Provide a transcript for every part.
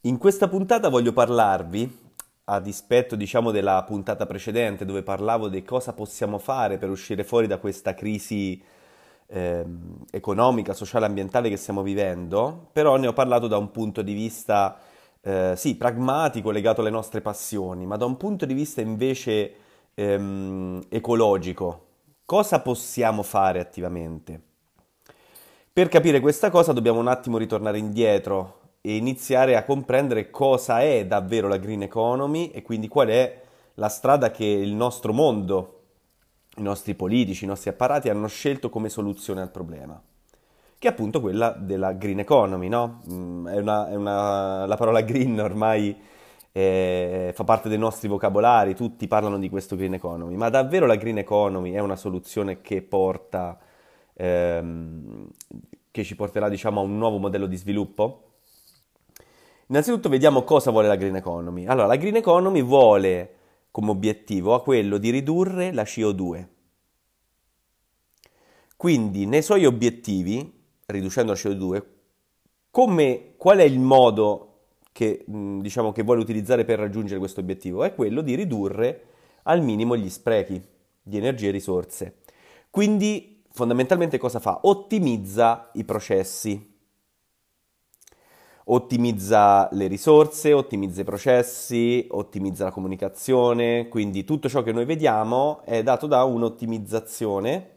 In questa puntata voglio parlarvi, a dispetto, diciamo, della puntata precedente dove parlavo di cosa possiamo fare per uscire fuori da questa crisi economica, sociale e ambientale che stiamo vivendo, però ne ho parlato da un punto di vista, sì, pragmatico, legato alle nostre passioni, ma da un punto di vista invece ecologico. Cosa possiamo fare attivamente? Per capire questa cosa dobbiamo un attimo ritornare indietro e iniziare a comprendere cosa è davvero la green economy e quindi qual è la strada che il nostro mondo, i nostri politici, i nostri apparati hanno scelto come soluzione al problema, che è appunto quella della green economy, no? La parola green ormai fa parte dei nostri vocabolari, tutti parlano di questo green economy, ma davvero la green economy è una soluzione ehm, che ci porterà, diciamo, a un nuovo modello di sviluppo? Innanzitutto vediamo cosa vuole la green economy. Allora, la green economy vuole come obiettivo a quello di ridurre la CO2. Quindi, nei suoi obiettivi, riducendo la CO2, qual è il modo che, diciamo, che vuole utilizzare per raggiungere questo obiettivo? È quello di ridurre al minimo gli sprechi di energie e risorse. Quindi, fondamentalmente cosa fa? Ottimizza i processi, ottimizza le risorse, ottimizza i processi, ottimizza la comunicazione, quindi tutto ciò che noi vediamo è dato da un'ottimizzazione,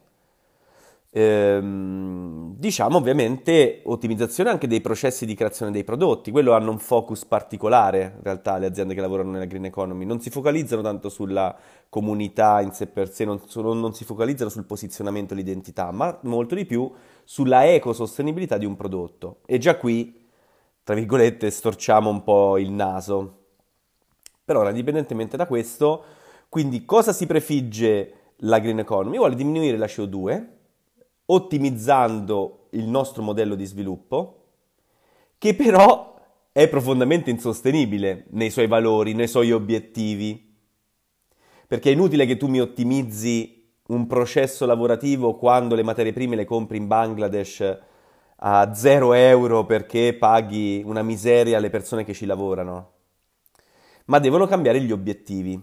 diciamo ovviamente ottimizzazione anche dei processi di creazione dei prodotti, quello hanno un focus particolare in realtà le aziende che lavorano nella green economy, non si focalizzano tanto sulla comunità in sé per sé, non si focalizzano sul posizionamento e l'identità, ma molto di più sulla ecosostenibilità di un prodotto. E già qui tra virgolette, storciamo un po' il naso. Però, ora, indipendentemente da questo, quindi cosa si prefigge la green economy? Vuole diminuire la CO2, ottimizzando il nostro modello di sviluppo, che però è profondamente insostenibile nei suoi valori, nei suoi obiettivi. Perché è inutile che tu mi ottimizzi un processo lavorativo quando le materie prime le compri in Bangladesh a 0 euro perché paghi una miseria alle persone che ci lavorano, ma devono cambiare gli obiettivi.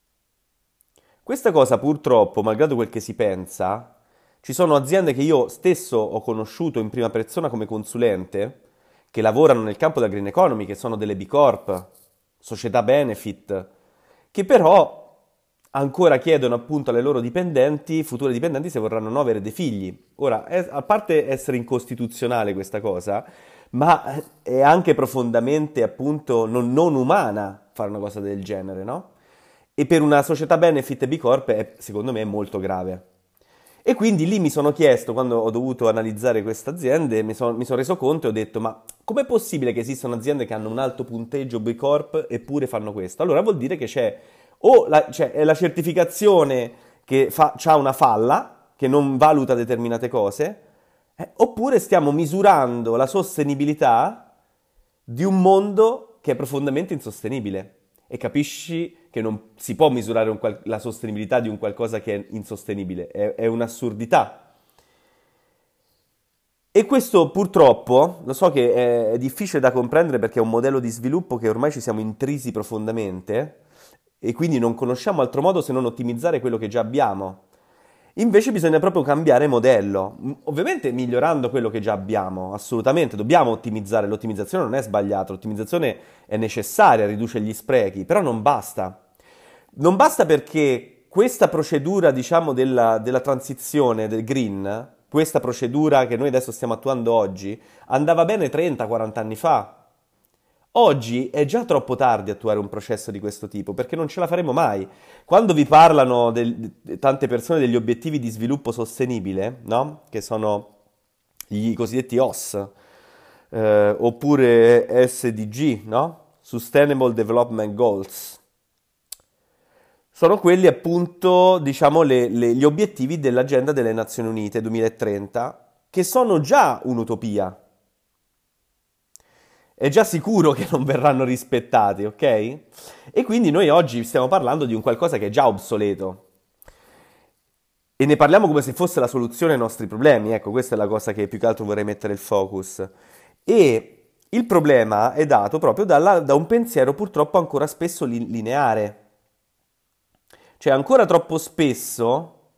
Questa cosa purtroppo, malgrado quel che si pensa, ci sono aziende che io stesso ho conosciuto in prima persona come consulente, che lavorano nel campo della green economy, che sono delle B Corp, società benefit, che però ancora chiedono appunto alle loro dipendenti, future dipendenti, se vorranno o no avere dei figli. Ora, a parte essere incostituzionale questa cosa, ma è anche profondamente appunto non umana fare una cosa del genere, no? E per una società benefit B Corp secondo me è molto grave. E quindi lì mi sono chiesto, quando ho dovuto analizzare queste aziende, mi sono reso conto e ho detto, ma com'è possibile che esistano aziende che hanno un alto punteggio B Corp eppure fanno questo? Allora vuol dire che cioè, è la certificazione che ha una falla, che non valuta determinate cose, oppure stiamo misurando la sostenibilità di un mondo che è profondamente insostenibile. E capisci che non si può misurare la sostenibilità di un qualcosa che è insostenibile, è un'assurdità. E questo purtroppo, lo so che è difficile da comprendere perché è un modello di sviluppo che ormai ci siamo intrisi profondamente e quindi non conosciamo altro modo se non ottimizzare quello che già abbiamo. Invece bisogna proprio cambiare modello, ovviamente migliorando quello che già abbiamo, assolutamente, dobbiamo ottimizzare, l'ottimizzazione non è sbagliata, l'ottimizzazione è necessaria, riduce gli sprechi, però non basta. Non basta perché questa procedura, diciamo, della transizione del green, questa procedura che noi adesso stiamo attuando oggi, andava bene 30-40 anni fa. Oggi è già troppo tardi attuare un processo di questo tipo perché non ce la faremo mai. Quando vi parlano tante persone degli obiettivi di sviluppo sostenibile, no? Che sono gli cosiddetti OS, oppure SDG, no? Sustainable Development Goals. Sono quelli appunto, diciamo, gli obiettivi dell'Agenda delle Nazioni Unite 2030, che sono già un'utopia. È già sicuro che non verranno rispettati, ok? E quindi noi oggi stiamo parlando di un qualcosa che è già obsoleto. E ne parliamo come se fosse la soluzione ai nostri problemi, ecco, questa è la cosa che più che altro vorrei mettere il focus. E Il problema è dato proprio da un pensiero purtroppo ancora spesso lineare. Cioè ancora troppo spesso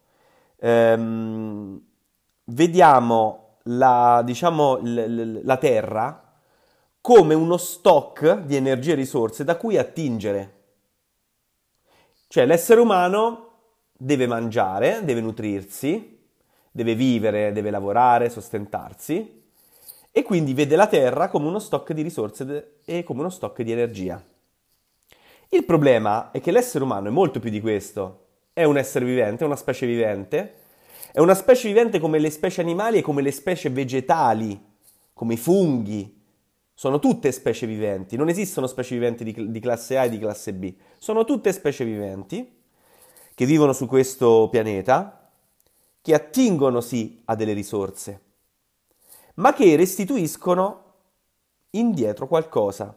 vediamo diciamo, la Terra come uno stock di energie e risorse da cui attingere. Cioè l'essere umano deve mangiare, deve nutrirsi, deve vivere, deve lavorare, sostentarsi e quindi vede la Terra come uno stock di risorse e come uno stock di energia. Il problema è che l'essere umano è molto più di questo. È un essere vivente, è una specie vivente. È una specie vivente come le specie animali e come le specie vegetali, come i funghi. Sono tutte specie viventi. Non esistono specie viventi di classe A e di classe B. Sono tutte specie viventi che vivono su questo pianeta, che attingono sì a delle risorse, ma che restituiscono indietro qualcosa.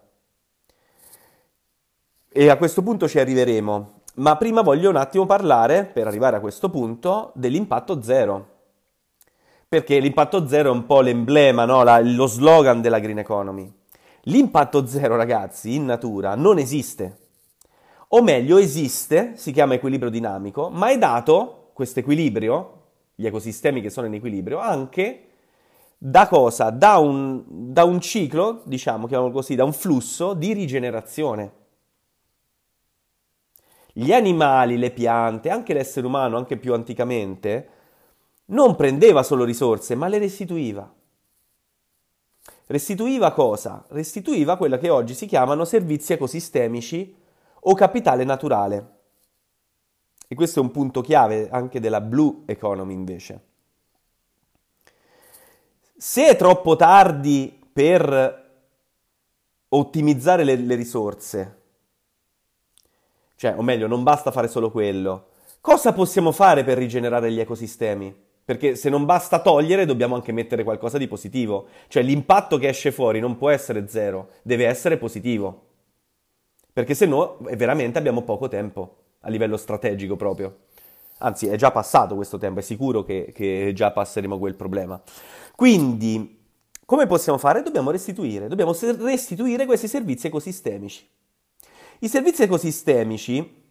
E a questo punto ci arriveremo, ma prima voglio un attimo parlare, per arrivare a questo punto, dell'impatto zero. Perché l'impatto zero è un po' l'emblema, no? Lo slogan della Green Economy. L'impatto zero, ragazzi, in natura non esiste. O meglio, esiste, si chiama equilibrio dinamico, ma è dato, questo equilibrio, gli ecosistemi che sono in equilibrio, anche da cosa? Da un ciclo, diciamo, chiamiamolo così, da un flusso di rigenerazione. Gli animali, le piante, anche l'essere umano, anche più anticamente, non prendeva solo risorse, ma le restituiva. Restituiva cosa? Restituiva quella che oggi si chiamano servizi ecosistemici o capitale naturale. E questo è un punto chiave anche della Blue Economy invece. Se è troppo tardi per ottimizzare le risorse, cioè, o meglio, non basta fare solo quello. Cosa possiamo fare per rigenerare gli ecosistemi? Perché se non basta togliere, dobbiamo anche mettere qualcosa di positivo. Cioè, l'impatto che esce fuori non può essere zero, deve essere positivo. Perché se no, veramente abbiamo poco tempo, a livello strategico proprio. Anzi, è già passato questo tempo, è sicuro che già passeremo quel problema. Quindi, come possiamo fare? Dobbiamo restituire questi servizi ecosistemici. I servizi ecosistemici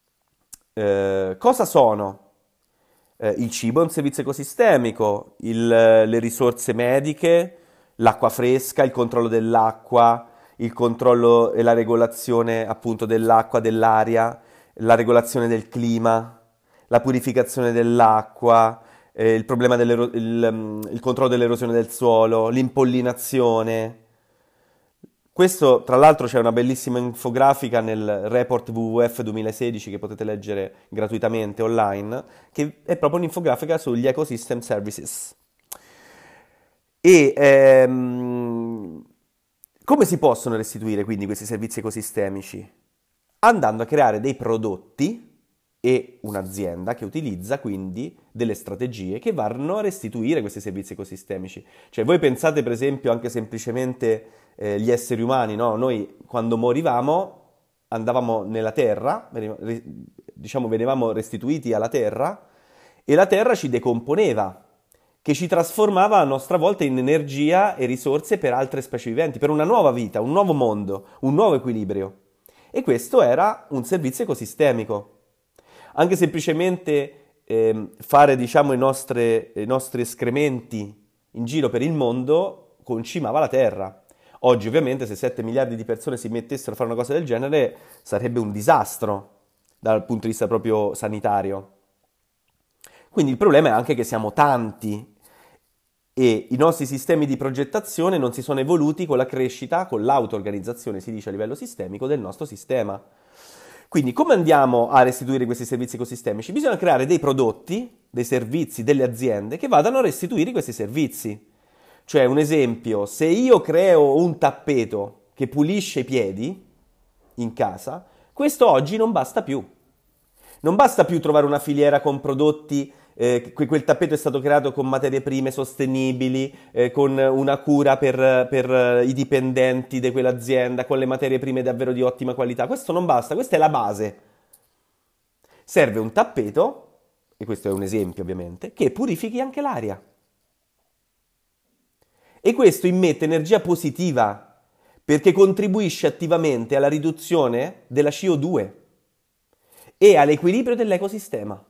cosa sono? Il cibo è un servizio ecosistemico, le risorse mediche, l'acqua fresca, il controllo dell'acqua, il controllo e la regolazione appunto dell'acqua, dell'aria, la regolazione del clima, la purificazione dell'acqua, il problema il controllo dell'erosione del suolo, l'impollinazione. Questo, tra l'altro, c'è una bellissima infografica nel report WWF 2016 che potete leggere gratuitamente online, che è proprio un'infografica sugli ecosystem services. E come si possono restituire quindi questi servizi ecosistemici? Andando a creare dei prodotti e un'azienda che utilizza quindi delle strategie che vanno a restituire questi servizi ecosistemici. Cioè voi pensate per esempio anche semplicemente gli esseri umani, no? Noi quando morivamo andavamo nella terra, diciamo venivamo restituiti alla terra e la terra ci decomponeva, che ci trasformava a nostra volta in energia e risorse per altre specie viventi, per una nuova vita, un nuovo mondo, un nuovo equilibrio. E questo era un servizio ecosistemico. Anche semplicemente fare, diciamo, i nostri escrementi in giro per il mondo concimava la terra. Oggi, ovviamente, se 7 miliardi di persone si mettessero a fare una cosa del genere, sarebbe un disastro dal punto di vista proprio sanitario. Quindi il problema è anche che siamo tanti e i nostri sistemi di progettazione non si sono evoluti con la crescita, con l'auto-organizzazione, si dice a livello sistemico, del nostro sistema. Quindi come andiamo a restituire questi servizi ecosistemici? Bisogna creare dei prodotti, dei servizi, delle aziende che vadano a restituire questi servizi. Cioè, un esempio, se io creo un tappeto che pulisce i piedi in casa, questo oggi non basta più. Non basta più trovare una filiera con prodotti, quel tappeto è stato creato con materie prime sostenibili, con una cura per i dipendenti di quell'azienda, con le materie prime davvero di ottima qualità. Questo non basta, questa è la base. Serve un tappeto, e questo è un esempio ovviamente, che purifichi anche l'aria. E questo immette energia positiva perché contribuisce attivamente alla riduzione della CO2 e all'equilibrio dell'ecosistema.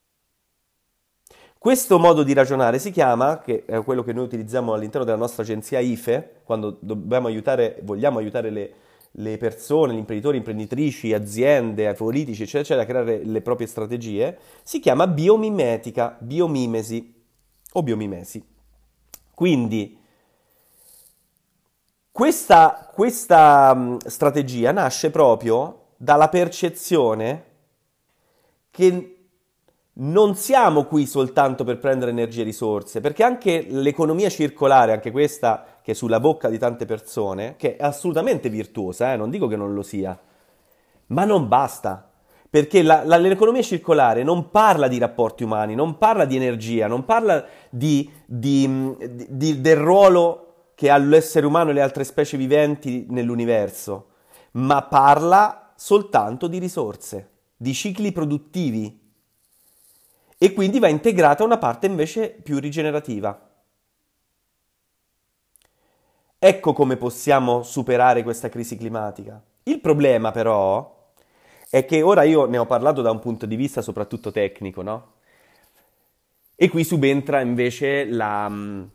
Questo modo di ragionare si chiama, che è quello che noi utilizziamo all'interno della nostra agenzia IFE, quando vogliamo aiutare le persone, gli imprenditori, imprenditrici, aziende, politici, eccetera, eccetera, a creare le proprie strategie, si chiama biomimetica, biomimesi o biomimesi. Quindi questa strategia nasce proprio dalla percezione che non siamo qui soltanto per prendere energie e risorse, perché anche l'economia circolare, anche questa che è sulla bocca di tante persone, che è assolutamente virtuosa, non dico che non lo sia, ma non basta, perché l'economia circolare non parla di rapporti umani, non parla di energia, non parla del ruolo che ha l'essere umano e le altre specie viventi nell'universo, ma parla soltanto di risorse, di cicli produttivi. E quindi va integrata una parte invece più rigenerativa. Ecco come possiamo superare questa crisi climatica. Il problema però è che ora io ne ho parlato da un punto di vista soprattutto tecnico, no? E qui subentra invece il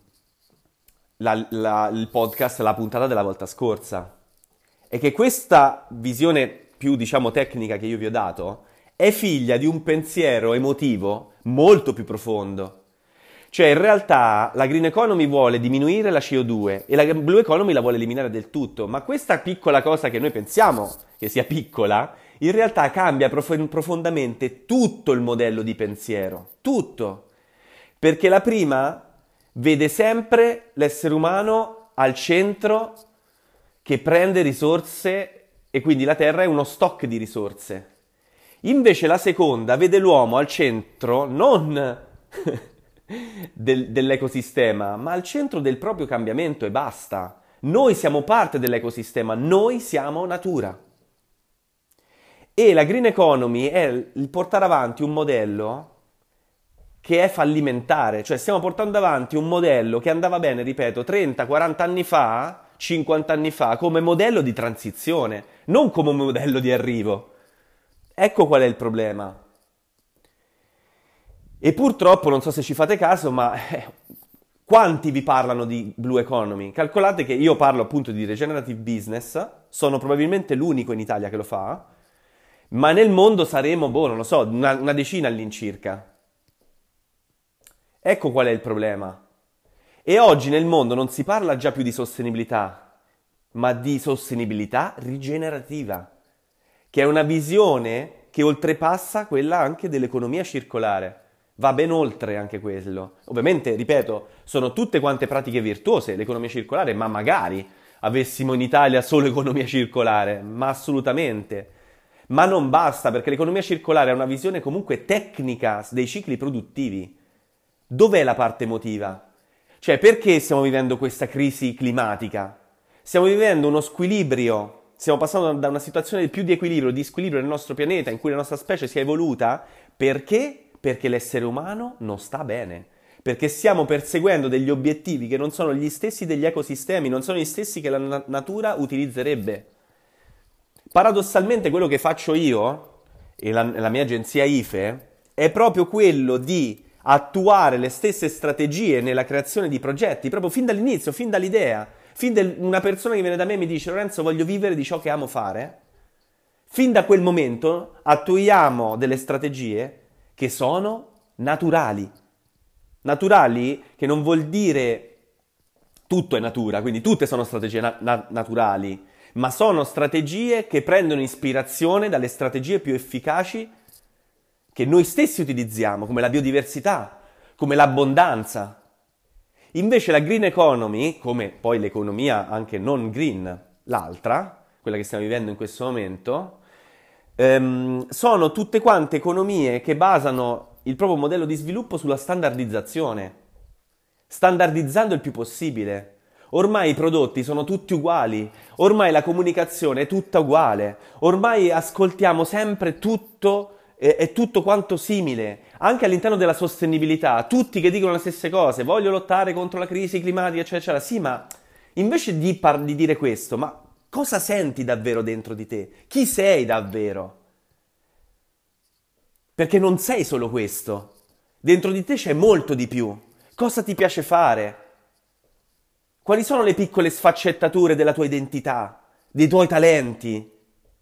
podcast, la puntata della volta scorsa. È che questa visione più, diciamo, tecnica che io vi ho dato è figlia di un pensiero emotivo molto più profondo. Cioè, in realtà, la Green Economy vuole diminuire la CO2 e la Blue Economy la vuole eliminare del tutto. Ma questa piccola cosa che noi pensiamo che sia piccola, in realtà cambia profondamente tutto il modello di pensiero. Tutto. Perché la prima vede sempre l'essere umano al centro che prende risorse e quindi la Terra è uno stock di risorse. Invece la seconda vede l'uomo al centro non dell'ecosistema, ma al centro del proprio cambiamento e basta. Noi siamo parte dell'ecosistema, noi siamo natura. E la Green Economy è il portare avanti un modello che è fallimentare, cioè stiamo portando avanti un modello che andava bene, ripeto, 30, 40 anni fa, 50 anni fa, come modello di transizione, non come modello di arrivo. Ecco qual è il problema. E purtroppo, non so se ci fate caso, ma quanti vi parlano di Blue Economy? Calcolate che io parlo appunto di regenerative business, sono probabilmente l'unico in Italia che lo fa, ma nel mondo saremo, non lo so, una decina all'incirca. Ecco qual è il problema. E oggi nel mondo non si parla già più di sostenibilità, ma di sostenibilità rigenerativa, che è una visione che oltrepassa quella anche dell'economia circolare. Va ben oltre anche quello. Ovviamente, ripeto, sono tutte quante pratiche virtuose, l'economia circolare, ma magari avessimo in Italia solo economia circolare, ma assolutamente. Ma non basta, perché l'economia circolare è una visione comunque tecnica dei cicli produttivi. Dov'è la parte emotiva? Cioè, perché stiamo vivendo questa crisi climatica? Stiamo vivendo uno squilibrio. Stiamo passando da una situazione più di equilibrio, di squilibrio nel nostro pianeta, in cui la nostra specie si è evoluta, perché? Perché l'essere umano non sta bene. Perché stiamo perseguendo degli obiettivi che non sono gli stessi degli ecosistemi, non sono gli stessi che la natura utilizzerebbe. Paradossalmente quello che faccio io, e la mia agenzia IFE, è proprio quello di attuare le stesse strategie nella creazione di progetti, proprio fin dall'inizio, fin dall'idea. Una persona che viene da me e mi dice: Lorenzo, voglio vivere di ciò che amo fare, fin da quel momento attuiamo delle strategie che sono naturali. Naturali che non vuol dire tutto è natura, quindi tutte sono strategie naturali, ma sono strategie che prendono ispirazione dalle strategie più efficaci che noi stessi utilizziamo, come la biodiversità, come l'abbondanza. Invece la green economy, come poi l'economia anche non green, l'altra, quella che stiamo vivendo in questo momento, sono tutte quante economie che basano il proprio modello di sviluppo sulla standardizzazione, standardizzando il più possibile. Ormai i prodotti sono tutti uguali, ormai la comunicazione è tutta uguale, ormai ascoltiamo sempre tutto, è tutto quanto simile, anche all'interno della sostenibilità, tutti che dicono le stesse cose, voglio lottare contro la crisi climatica, eccetera, eccetera. Sì, ma invece di dire questo, ma Cosa senti davvero dentro di te? Chi sei davvero? Perché non sei solo questo. Dentro di te c'è molto di più. Cosa ti piace fare? Quali sono le piccole sfaccettature della tua identità, dei tuoi talenti?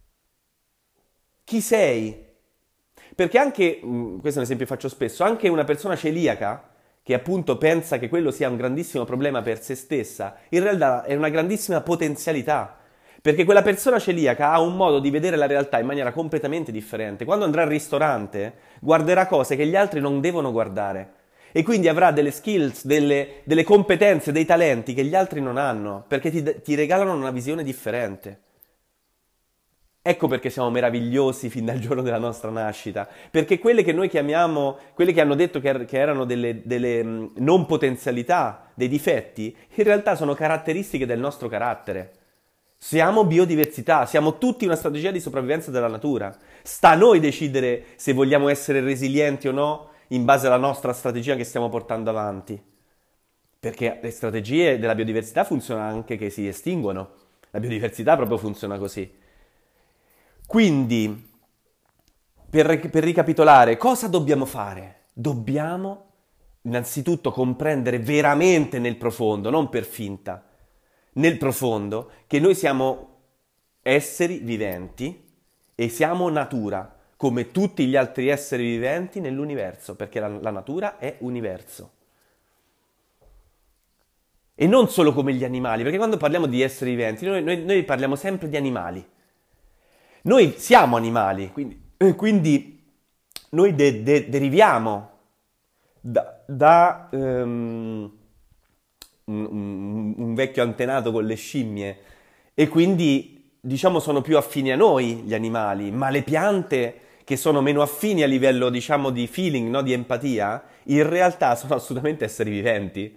Chi sei? Perché anche, questo è un esempio che faccio spesso, anche una persona celiaca, che appunto pensa che quello sia un grandissimo problema per se stessa, in realtà è una grandissima potenzialità. Perché quella persona celiaca ha un modo di vedere la realtà in maniera completamente differente. Quando andrà al ristorante, guarderà cose che gli altri non devono guardare. E quindi avrà delle skills, delle competenze, dei talenti che gli altri non hanno, perché ti regalano una visione differente. Ecco perché siamo meravigliosi fin dal giorno della nostra nascita, perché quelle che noi chiamiamo, quelle che hanno detto che erano delle non potenzialità, dei difetti, in realtà sono caratteristiche del nostro carattere. Siamo biodiversità, siamo tutti una strategia di sopravvivenza della natura. Sta a noi decidere se vogliamo essere resilienti o no in base alla nostra strategia che stiamo portando avanti. Perché le strategie della biodiversità funzionano anche che si estinguono. La biodiversità proprio funziona così. Quindi, per ricapitolare, cosa dobbiamo fare? Dobbiamo innanzitutto comprendere veramente nel profondo, non per finta, nel profondo, che noi siamo esseri viventi e siamo natura, come tutti gli altri esseri viventi nell'universo, perché la natura è universo. E non solo come gli animali, perché quando parliamo di esseri viventi, noi parliamo sempre di animali. Noi siamo animali, quindi noi deriviamo da un vecchio antenato con le scimmie e quindi diciamo sono più affini a noi gli animali, ma le piante che sono meno affini a livello diciamo di feeling, no, di empatia, in realtà sono assolutamente esseri viventi.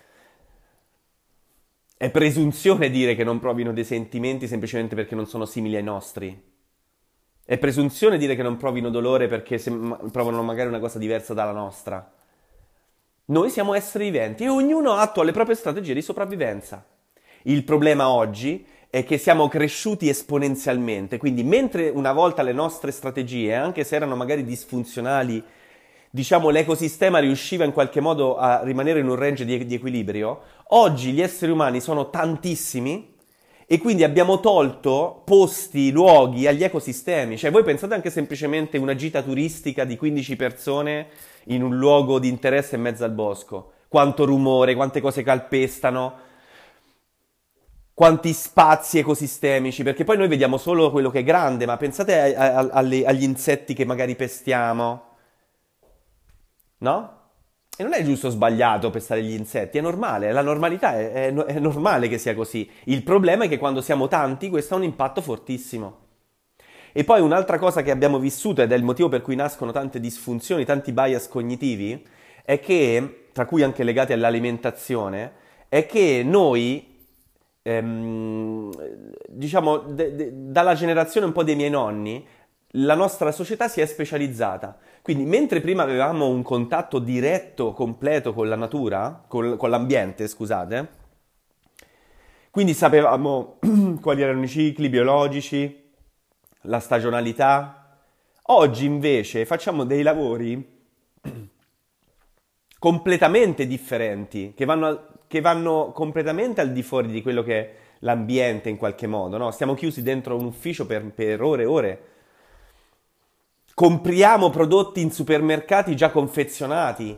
È presunzione dire che non provino dei sentimenti semplicemente perché non sono simili ai nostri. È presunzione dire che non provino dolore perché provano magari una cosa diversa dalla nostra. Noi siamo esseri viventi e ognuno attua le proprie strategie di sopravvivenza. Il problema oggi è che siamo cresciuti esponenzialmente, quindi mentre una volta le nostre strategie, anche se erano magari disfunzionali, diciamo l'ecosistema riusciva in qualche modo a rimanere in un range di equilibrio, oggi gli esseri umani sono tantissimi e quindi abbiamo tolto posti, luoghi agli ecosistemi. Cioè voi pensate anche semplicemente una gita turistica di 15 persone in un luogo di interesse in mezzo al bosco. Quanto rumore, quante cose calpestano, quanti spazi ecosistemici, perché poi noi vediamo solo quello che è grande, ma pensate agli insetti che magari pestiamo, no? E non è giusto o sbagliato pestare gli insetti, è normale, la normalità è normale che sia così. Il problema è che quando siamo tanti questo ha un impatto fortissimo. E poi un'altra cosa che abbiamo vissuto ed è il motivo per cui nascono tante disfunzioni, tanti bias cognitivi, è che, tra cui anche legati all'alimentazione, è che noi, diciamo, dalla generazione un po' dei miei nonni, la nostra società si è specializzata. Quindi, mentre prima avevamo un contatto diretto, completo con la natura, con l'ambiente, scusate, quindi sapevamo quali erano i cicli biologici, la stagionalità. Oggi invece facciamo dei lavori completamente differenti, che vanno completamente al di fuori di quello che è l'ambiente in qualche modo, no? Stiamo chiusi dentro un ufficio per ore e ore. Compriamo prodotti in supermercati già confezionati,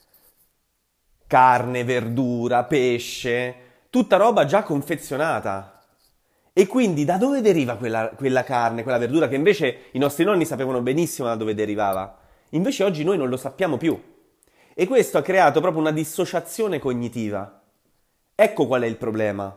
carne, verdura, pesce, tutta roba già confezionata. E quindi da dove deriva quella carne, quella verdura che invece i nostri nonni sapevano benissimo da dove derivava? Invece oggi noi non lo sappiamo più. E questo ha creato proprio una dissociazione cognitiva. Ecco qual è il problema.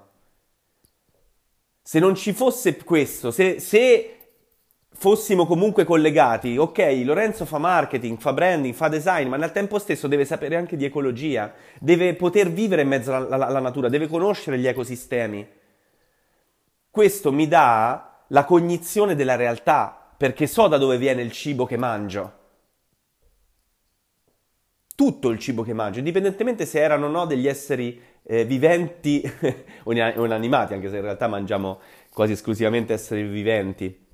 Se non ci fosse questo, se fossimo comunque collegati, ok, Lorenzo fa marketing, fa branding, fa design, ma al tempo stesso deve sapere anche di ecologia, deve poter vivere in mezzo alla natura, deve conoscere gli ecosistemi. Questo mi dà la cognizione della realtà, perché so da dove viene il cibo che mangio. Tutto il cibo che mangio, indipendentemente se erano o no degli esseri viventi o inanimati, anche se in realtà mangiamo quasi esclusivamente esseri viventi.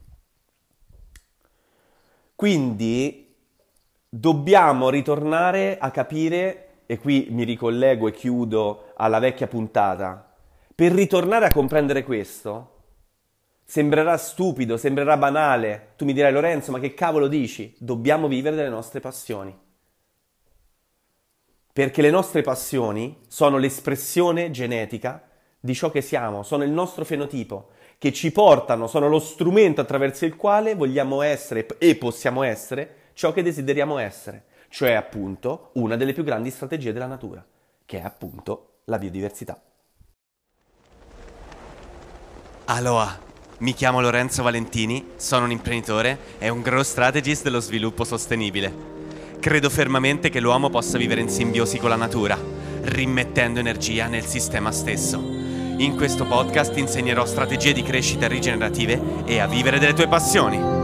Quindi dobbiamo ritornare a capire, e qui mi ricollego e chiudo alla vecchia puntata, per ritornare a comprendere questo, sembrerà stupido, sembrerà banale, tu mi dirai Lorenzo, ma che cavolo dici? Dobbiamo vivere delle nostre passioni. Perché le nostre passioni sono l'espressione genetica di ciò che siamo, sono il nostro fenotipo, che ci portano, sono lo strumento attraverso il quale vogliamo essere e possiamo essere ciò che desideriamo essere, cioè appunto una delle più grandi strategie della natura, che è appunto la biodiversità. Aloha, mi chiamo Lorenzo Valentini, sono un imprenditore e un growth strategist dello sviluppo sostenibile. Credo fermamente che l'uomo possa vivere in simbiosi con la natura, rimettendo energia nel sistema stesso. In questo podcast insegnerò strategie di crescita rigenerative e a vivere delle tue passioni.